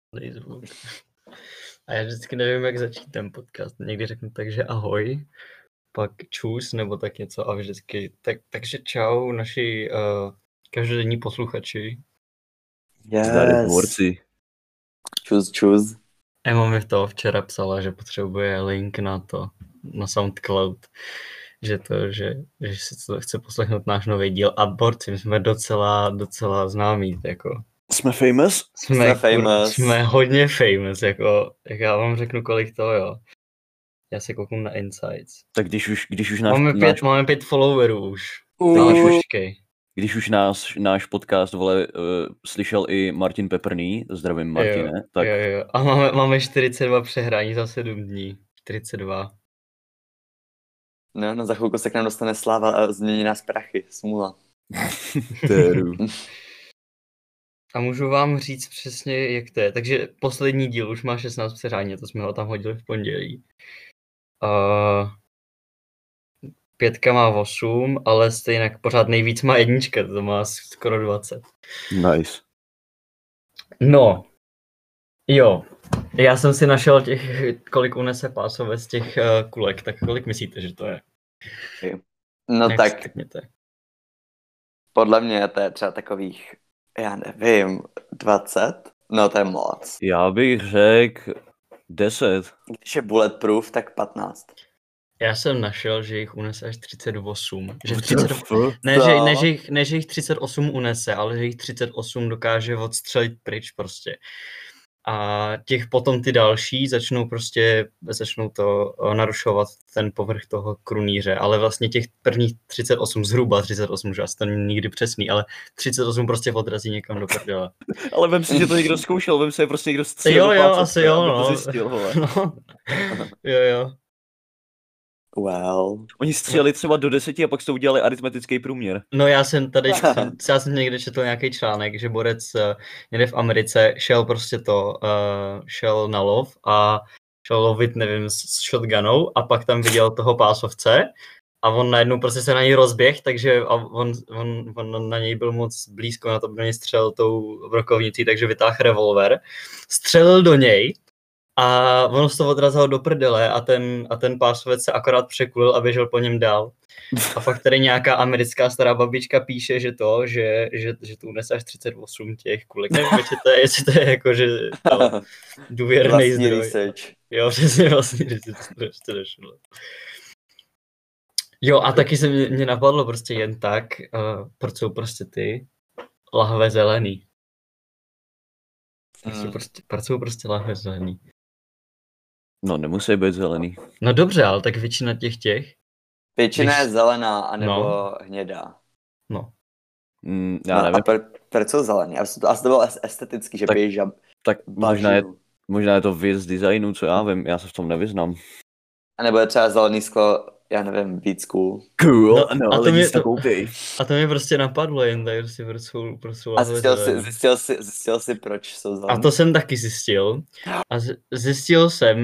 zvuk. A já vždycky nevím, jak začít ten podcast. Někdy řeknu tak, že ahoj, pak čus, nebo tak něco a vždycky. Takže čau, naši každodenní posluchači. Zdary tvorci. Čus. Emma mi to včera psala, že potřebuje link na SoundCloud, že si to chce poslechnout náš nový díl a borci, my jsme docela známí, jako. Jsme famous? Jsme hodně famous, jako, jak já vám řeknu, kolik to, jo. Já se kouknu na Insights. Tak když už máme 5 followerů už. Když už náš podcast, slyšel i Martin Peprný, zdravím Martine, jo, tak... Jo. A máme 42 přehrání za 7 dní. 42. No, za chvilku se k nám dostane sláva a změní nás prachy. Smůla. A můžu vám říct přesně, jak to je. Takže poslední díl už má 16 přehrání, to jsme ho tam hodili v pondělí. 5 má 8, ale stejně pořád nejvíc má 1, to má skoro 20. Nice. No, jo, já jsem si našel kolik unese pásovec těch kulek, tak kolik myslíte, že to je? No jak tak, podle mě to je třeba takových, já nevím, 20? No to je moc. Já bych řekl 10. Když je bulletproof, tak 15. Já jsem našel, že jich unese až 38. Ne, že jich 38 unese, ale že jich 38 dokáže odstřelit pryč prostě. A těch potom ty další začnou to narušovat ten povrch toho krunýře, ale vlastně těch prvních 38, zhruba 38, že asi to není nikdy přesný, ale 38 prostě odrazí někam do prdele. Ale vem si, že to někdo zkoušel, vem si, prostě někdo střelil. Jo, asi jo, no. To zjistil, hele. No. Jo. Well. Oni střelili třeba do 10 a pak to udělali aritmetický průměr. No já jsem někde četl nějaký článek, že borec někde v Americe šel na lov a šel lovit, nevím, s shotgunou a pak tam viděl toho pásovce a on najednou prostě se na něj rozběh, takže on na něj byl moc blízko, na to do něj střelil tou brokovnicí, takže vytáhl revolver, střelil do něj. A ono se to odrazilo do prdele a ten pásovec se akorát překulil a běžel po něm dál. A pak tady nějaká americká stará babička píše, že to unese až 38 těch kulek. Nevím, jestli to je jako, že to důvěrný zdroj. Research. Jo, přesně vlastní research, to došlo. Jo, a taky se mě napadlo prostě jen tak, proč jsou prostě ty lahve zelený. Proč jsou prostě lahve zelený? No, nemusí být zelený. No dobře, ale tak většina těch. Většina je zelená, anebo hnědá. No. Já nevím. A proč jsou zelený? Asi to bylo estetický, že běží žab. Tak možná je to věc designu, co já vím, já se v tom nevyznám. A nebo je třeba zelený sklo, já nevím, víc cool. Cool, no a to mě prostě napadlo jen tak, prostě proč jsou a zjistil jsi, proč jsou zelený? A to jsem taky zjistil. A zjistil jsem,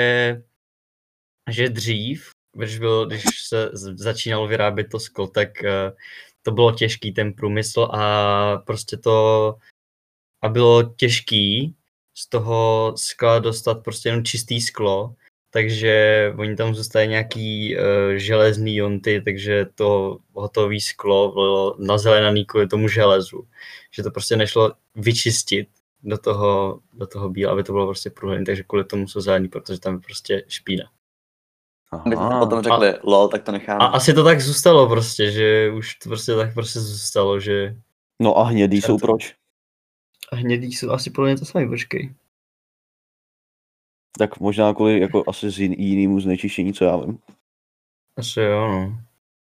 že dřív, když se začínalo vyrábět to sklo, tak to bylo těžký ten průmysl a prostě a bylo těžký z toho skla dostat prostě jenom čistý sklo, takže oni tam zůstali nějaký železný jonty, takže to hotové sklo bylo nazelenaný kvůli tomu železu, že to prostě nešlo vyčistit do toho bíla, aby to bylo prostě průhledný, takže kvůli tomu jsou zelený, protože tam je prostě špína. Potom řekli, lol, tak to necháme. A asi to tak zůstalo prostě, že už to prostě tak prostě zůstalo, že... No a hnědý jsou proč? A hnědý jsou asi podle mě to samý, počkej. Tak možná kvůli jako asi z jinému znečištění, co já vím. Asi jo, no.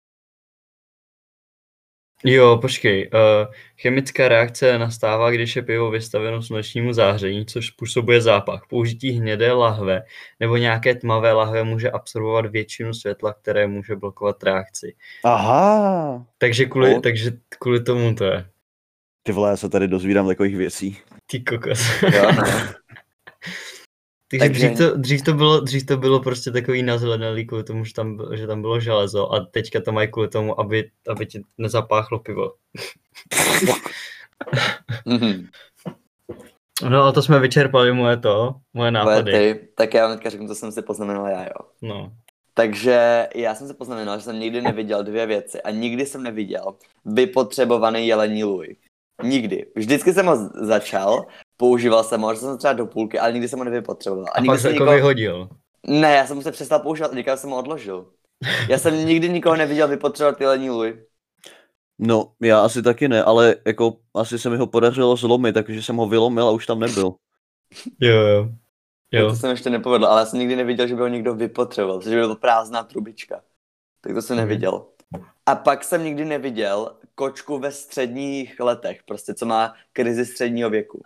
Jo, počkej. Chemická reakce nastává, když je pivo vystaveno slunečnímu záření, což způsobuje zápach. Použití hnědé lahve nebo nějaké tmavé lahve může absorbovat většinu světla, které může blokovat reakci. Aha. Takže kvůli tomu to je. Ty vole, já se tady dozvídám takových věcí. Ty kokos. Jo, no. Takže dřív to bylo prostě takový nazelenalý kvůli tomu, že tam bylo železo a teďka to mají kvůli tomu, aby ti nezapáchlo pivo. No a to jsme vyčerpali moje nápady. Ty, tak já vám teďka řeknu, co jsem si poznamenal já, jo. No. Takže já jsem si poznamenal, že jsem nikdy neviděl dvě věci a nikdy jsem neviděl vypotřebovaný jelení lůj. Nikdy. Vždycky jsem ho začal, používal jsem ho, že jsem třeba do půlky, ale nikdy jsem ho nevypotřeboval. A pak se jako vyhodil. Ne, já jsem se přestal používat a někam jsem ho odložil. Já jsem nikdy nikoho neviděl vypotřebovat jelení lůj. No, já asi taky ne, ale jako asi se mi ho podařilo zlomit, takže jsem ho vylomil a už tam nebyl. Jo. To jsem ještě nepovedl, ale já jsem nikdy neviděl, že by ho někdo vypotřeboval, protože by to prázdná trubička. Tak to jsem neviděl. A pak jsem nikdy neviděl kočku ve středních letech, prostě co má krizi středního věku.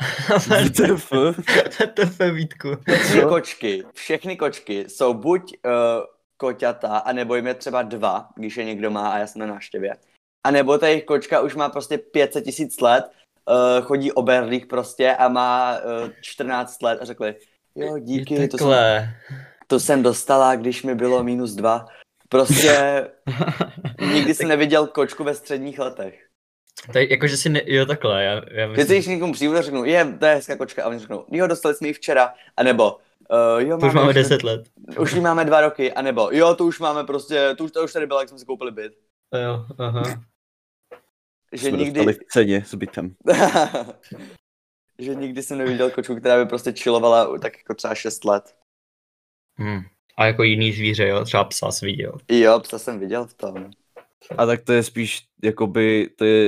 TF, Vítku. Všechny kočky jsou buď koťata, anebo jim je třeba 2, když je někdo má a já jsem na návštěvě. A nebo ta jejich kočka už má prostě 500 000 let, chodí o berlích prostě a má 14 let a řekli, jo díky, to jsem dostala, když mi bylo -2. Prostě nikdy jsem neviděl kočku ve středních letech. Tak jakože si jo takhle, já myslím. Když někomu přijdu a řeknu, to je hezká kočka a oni řeknou, jo dostali jsme ji včera, anebo jo, to už máme 10 let. Už ji máme 2 roky, anebo jo to už máme prostě, to už tady byla, jak jsme si koupili byt. Jo, aha. Že jsme dostali v ceně s bytem. Že nikdy jsem neviděl kočku, která by prostě chillovala tak jako třeba 6 let. A jako jiný zvíře, jo? Třeba psa jsi viděl. Jo, psa jsem viděl v tom. A tak to je spíš, jakoby,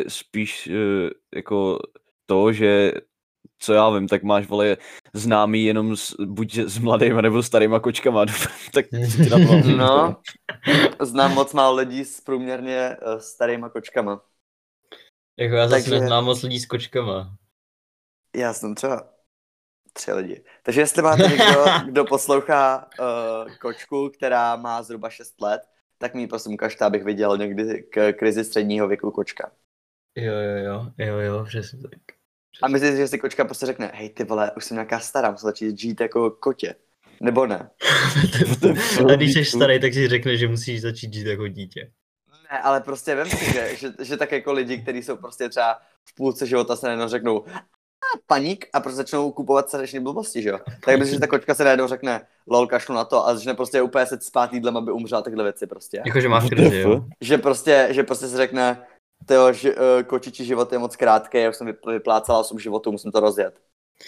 jako to, že, co já vím, tak máš, vole, známý jenom buď s mladýma nebo starýma kočkama, tak ti na to no, znám moc málo lidí s průměrně starýma kočkama. Jako já zase neznám moc lidí s kočkama. Já jsem třeba 3 lidi. Takže jestli máte někdo, kdo poslouchá kočku, která má zhruba 6 let, tak mi prosím ukažte, abych viděl někdy k krizi středního věku kočka. Jo, přesně tak. A myslím, že si kočka prostě řekne, hej ty vole, už jsem nějaká stará, musím začít žít jako kotě. Nebo ne? A když jsi starý, tak si řekne, že musíš začít žít jako dítě. Ne, ale prostě vem si, že tak jako lidi, kteří jsou prostě třeba v půlce života se najednou řeknou paník a prostě začnou kupovat srdeční blbosti, že jo? Tak myslím, že ta kočka se najednou řekne lol, kašlu na to a začne prostě úplně se spát jídlem, aby umřela takhle věci prostě. Jakože máš krizi, jo? Že prostě se řekne, tyjo, kočičí život je moc krátký, já už jsem vyplácala 8 životů, musím to rozjet.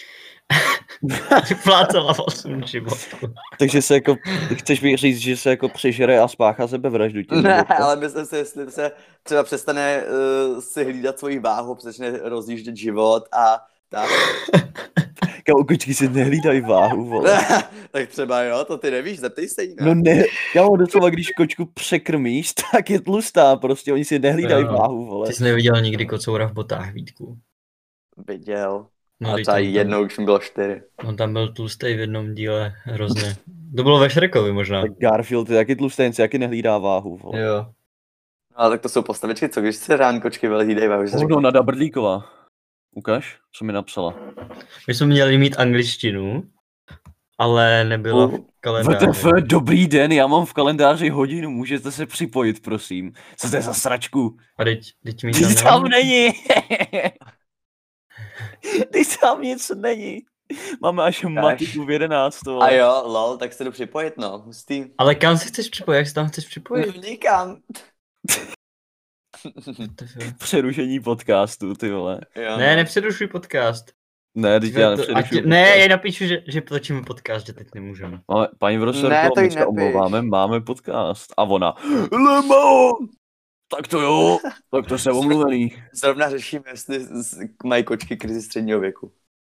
Vyplácala 8 životů. Takže se jako, chceš mi říct, že se jako přežere a spáchá sebevraždu tím? Ne, ale myslím si, jestli se třeba přestane si hlídat svoji váhu, začne rozjíždět život a tak. Kámo, kočky si nehlídají váhu, vole. Tak třeba jo, to ty nevíš, zeptej se jí, ne? No ne, kámo, docela když kočku překrmíš, tak je tlustá, prostě oni si nehlídají váhu, vole. Ty jsi neviděl nikdy kocoura v botách, Vítku? Viděl. No, a třeba jednou, když mi bylo 4. On tam byl tlustý v jednom díle, hrozně. To bylo ve Shrekovi možná. Tak Garfield je taky tlustý, jaký nehlídá váhu, vole. Jo. No, ale tak to jsou postavičky, co když se rány kočky hlídají váhu? No, Nada Brdlíková. Ukaž, co mi napsala. My jsme měli mít angličtinu, ale nebyla v kalendáři. Dobrý den, já mám v kalendáři hodinu, můžete se připojit, prosím. Co to je za sračku? A teď mi tam není. Teď tam nic není. Máme až matiku v 11. A jo, lol, tak se jdu připojit, no, hustý. Ale kam se chceš připojit, jak se tam chceš připojit? No, nikam. Přerušení podcastu, ty vole. Jo, ne, nepřerušuj podcast. Ne, teď já nepřerušuji. Ne, já napíšu, že točíme podcast, že teď nemůžeme. Paní Vroserko, my se omlouváme, máme podcast. A ona, Lemo! Tak to jo, tak to jsem omluvený. Zrovna řešíme, jestli mají kočky krizi středního věku.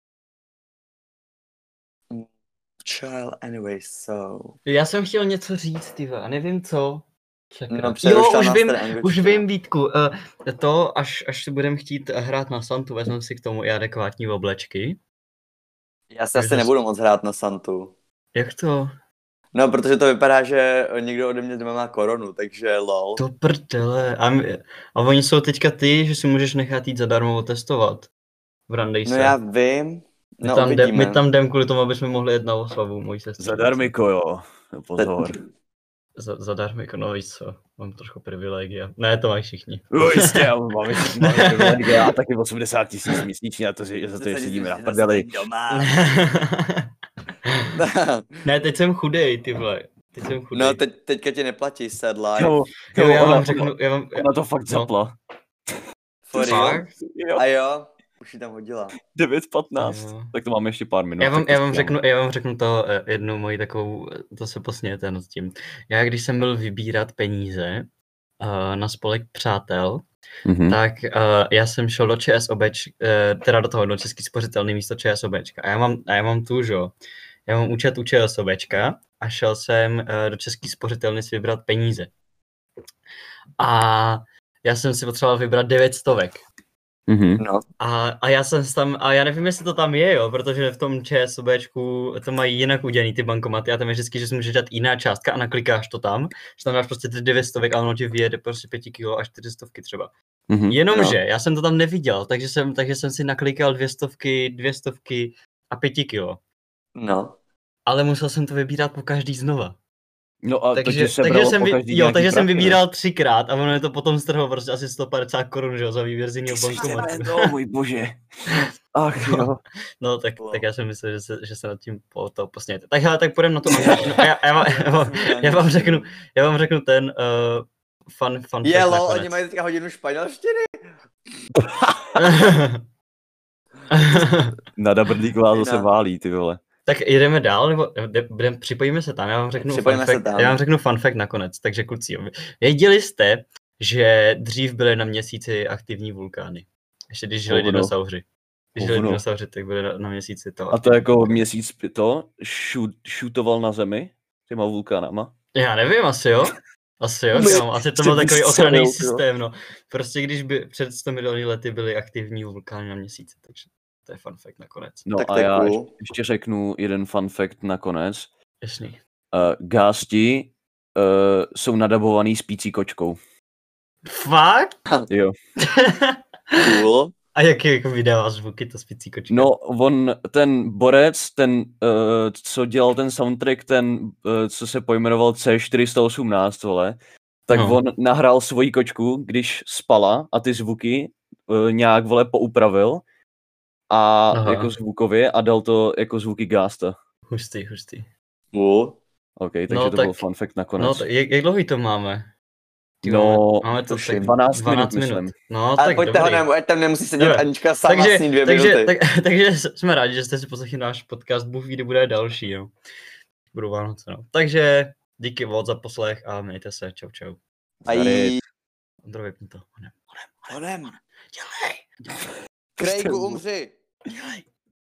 Child anyway, so... Já jsem chtěl něco říct, tyva, a nevím co. No, jo, už vím, Vítku. To, až si budeme chtít hrát na Santu, vezmeme si k tomu i adekvátní oblečky. Já se asi nebudu moc hrát na Santu. Jak to? No, protože to vypadá, že někdo ode mě doma má koronu, takže lol. To prdele. A oni jsou teďka ty, že si můžeš nechat jít zadarmo otestovat. V Randejse. No já vím. My tam jdem kvůli tomu, aby jsme mohli jet na oslavu, mojí sestry. Zadarmiko, jo. Pozor. Zadarmo, jako no víš co, mám trochu privilegia. Ne, to mají všichni. No jistě, já mám já taky 80 000 měsíčně a to, že za to je sedíme na prdeli. Ne, teď jsem chudej, ty vole. Teď jsem chudej. No, teďka ti neplatí sedla. Jo, já ona, vám řeknu, ona to fakt zapla. For real? Fakt? Jo, A jo, už ji tam hodila. 9:15, Jo. tak to máme ještě pár minut. Já vám řeknu to jednu moji takovou, to se posmějete nad tím. Já když jsem byl vybírat peníze na spolek přátel, tak já jsem šel do ČSOBčka, teda do Český spořitelný místo ČSOBčka. A já mám tu, že jo. Já mám účet u ČSOBčka a šel jsem do Český spořitelny si vybrat peníze. A já jsem si potřeboval vybrat 900. No. A já jsem tam, a já nevím, jestli to tam je, jo, protože v tom ČSOBčku to mají jinak udělaný ty bankomaty a tam je vždycky, že si můžeš dát jiná částka a naklikáš to tam, že tam dáš prostě ty 900 a ono ti vyjede prostě 5 kilo až 400 třeba. Jenomže já jsem to tam neviděl, takže jsem si naklikal 200 a 5 kilo. No. Ale musel jsem to vybírat po každý znova. No a Takže jsem vybíral 3krát a ono je to potom strhlo prostě asi 150 korun, že jo, za výběr z jiného bankomatu. No, můj bože. Ach jo. No tak já jsem myslel, že se nad tím to posmějete. Tak hele, tak půjdeme na to. Já vám řeknu ten fun fact Jelo, oni mají teďka hodinu španělštiny. Nada Brdlíková zase válí, ty vole. Tak jedeme dál, nebo připojíme se tam, já vám řeknu fun fact nakonec, takže kluci, věděli jste, že dřív byly na Měsíci aktivní vulkány, ještě když žili dinosauři. Když žili dinosauři, tak byly na Měsíci to. A to jako Měsíc to šutoval na Zemi těma vulkánama? Já nevím, asi jo, asi to byl takový ochranný systém, no. Prostě když by před 100 miliony lety byly aktivní vulkány na Měsíci, takže to je fun fact nakonec. No tak a já ještě řeknu jeden fun fact nakonec. Jasný. Gásti jsou nadabovaný spící kočkou. Fakt? Jo. Cool. A jaký jako vydává zvuky to spící kočka? No, ten borec, co dělal ten soundtrack, co se pojmenoval C418, vole, tak on nahrál svoji kočku, když spala a ty zvuky nějak, vole, poupravil. A jako zvukově a dal to jako zvuky Gásta. Hustý. OK, takže to byl fun fact nakonec. No, jak dlouhý to máme? Máme to tak 12 minut, myslím. No, ale tak pojďte dobrý. Ať tam nemusí sedět Anička sama s ní 2 minuty. Takže jsme rádi, že jste si poslechli náš podcast, Bůh ví, kdy bude další, jo. Budou Vánoce, no. Takže díky moc za poslech a mějte se, čau. Ondro, vypni to. Honem. Craigu, umři. Dělej.